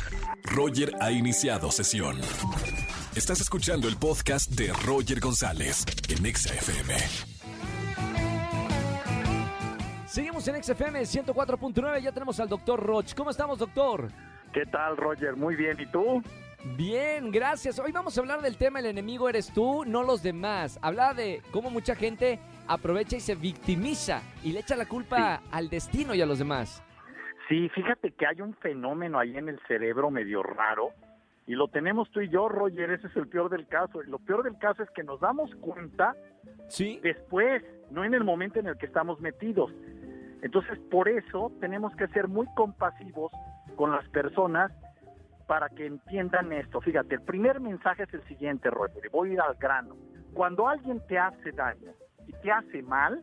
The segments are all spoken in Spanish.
Roger ha iniciado sesión. Estás escuchando el podcast de Roger González en Exa FM. Seguimos en XFM 104.9, ya tenemos al doctor Roch. ¿Cómo estamos, doctor? ¿Qué tal, Roger? Muy bien, ¿y tú? Bien, gracias. Hoy vamos a hablar del tema el enemigo eres tú, no los demás. Habla de cómo mucha gente aprovecha y se victimiza y le echa la culpa al destino y a los demás. Sí, fíjate que hay un fenómeno ahí en el cerebro medio raro y lo tenemos tú y yo, Roger, ese es el peor del caso. Y lo peor del caso es que nos damos cuenta después, no en el momento en el que estamos metidos. Entonces, por eso tenemos que ser muy compasivos con las personas para que entiendan esto. Fíjate, el primer mensaje es el siguiente, Roger, y voy a ir al grano. Cuando alguien te hace daño y te hace mal,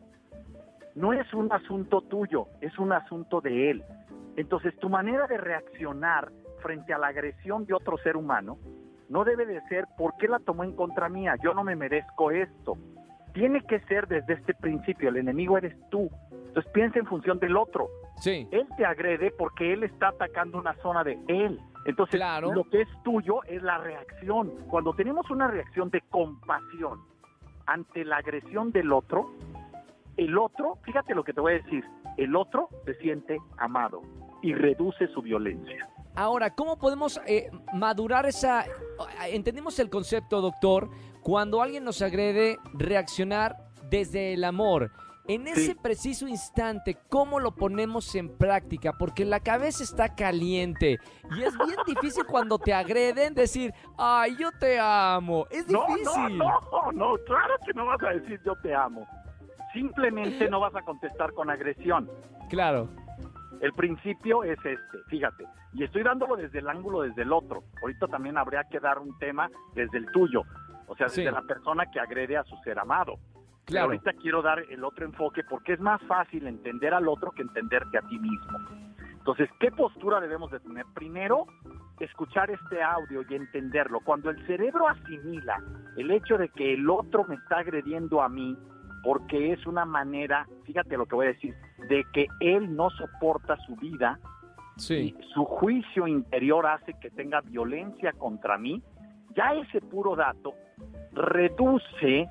no es un asunto tuyo, es un asunto de él. Entonces, tu manera de reaccionar frente a la agresión de otro ser humano no debe de ser, ¿por qué la tomó en contra mía? Yo no me merezco esto. Tiene que ser desde este principio, el enemigo eres tú. Entonces, piensa en función del otro. Sí. Él te agrede porque él está atacando una zona de él. Entonces, lo que es tuyo es la reacción. Cuando tenemos una reacción de compasión ante la agresión del otro, el otro, fíjate lo que te voy a decir, el otro se siente amado y reduce su violencia. Ahora, ¿cómo podemos madurar esa... Entendemos el concepto, doctor, cuando alguien nos agrede, reaccionar desde el amor. En ese preciso instante, ¿cómo lo ponemos en práctica? Porque la cabeza está caliente y es bien difícil cuando te agreden decir, ¡ay, yo te amo! Es difícil. No, claro que no vas a decir yo te amo. Simplemente no vas a contestar con agresión. Claro. El principio es este, fíjate, y estoy dándolo desde el ángulo desde el otro. Ahorita también habría que dar un tema desde el tuyo, o sea, desde la persona que agrede a su ser amado. Claro. Pero ahorita quiero dar el otro enfoque porque es más fácil entender al otro que entenderte a ti mismo. Entonces, ¿qué postura debemos de tener? Primero, escuchar este audio y entenderlo. Cuando el cerebro asimila el hecho de que el otro me está agrediendo a mí, porque es una manera, fíjate lo que voy a decir, de que él no soporta su vida, y su juicio interior hace que tenga violencia contra mí, ya ese puro dato reduce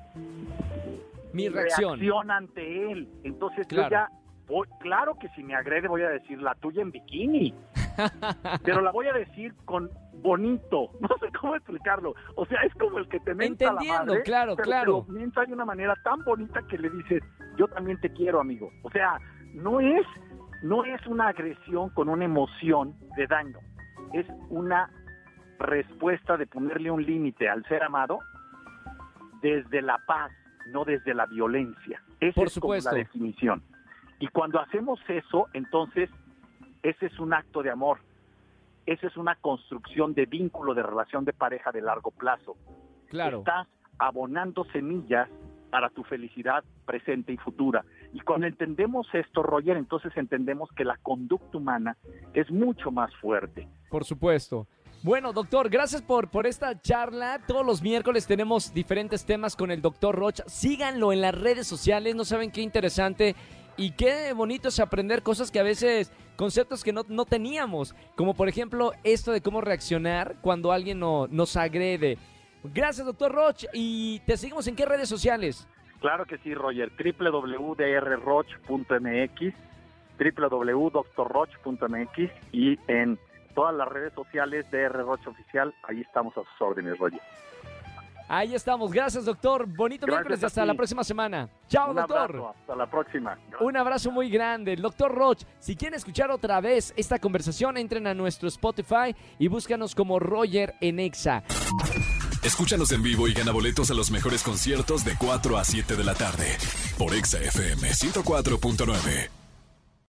mi reacción ante él. Entonces yo ya, claro que si me agrede voy a decir la tuya en bikini, pero la voy a decir con bonito, no sé cómo explicarlo, o sea, es como el que te menta la madre, claro. Pero mientras hay una manera tan bonita que le dices, yo también te quiero, amigo. O sea, no es una agresión con una emoción de daño, es una respuesta de ponerle un límite al ser amado desde la paz, no desde la violencia. Esa es como la definición. Y cuando hacemos eso, entonces, ese es un acto de amor. Esa es una construcción de vínculo, de relación de pareja de largo plazo. Claro. Estás abonando semillas para tu felicidad presente y futura. Y cuando entendemos esto, Roger, entonces entendemos que la conducta humana es mucho más fuerte. Por supuesto. Bueno, doctor, gracias por esta charla. Todos los miércoles tenemos diferentes temas con el doctor Roch. Síganlo en las redes sociales, no saben qué interesante y qué bonito es aprender cosas que a veces, conceptos que no teníamos, como por ejemplo esto de cómo reaccionar cuando alguien nos agrede. Gracias, doctor Roch, y te seguimos en qué redes sociales. Claro que sí, Roger, www.drroch.mx, www.drroch.mx y en todas las redes sociales de DR Roch Oficial, ahí estamos a sus órdenes, Roger. Ahí estamos, gracias, doctor. Bonito miércoles, hasta la próxima semana. Chao, doctor. Un abrazo, hasta la próxima. Gracias. Un abrazo muy grande. El doctor Roch, si quieren escuchar otra vez esta conversación, entren a nuestro Spotify y búscanos como Roger en Exa. Escúchanos en vivo y gana boletos a los mejores conciertos de 4 a 7 de la tarde por Exa FM 104.9.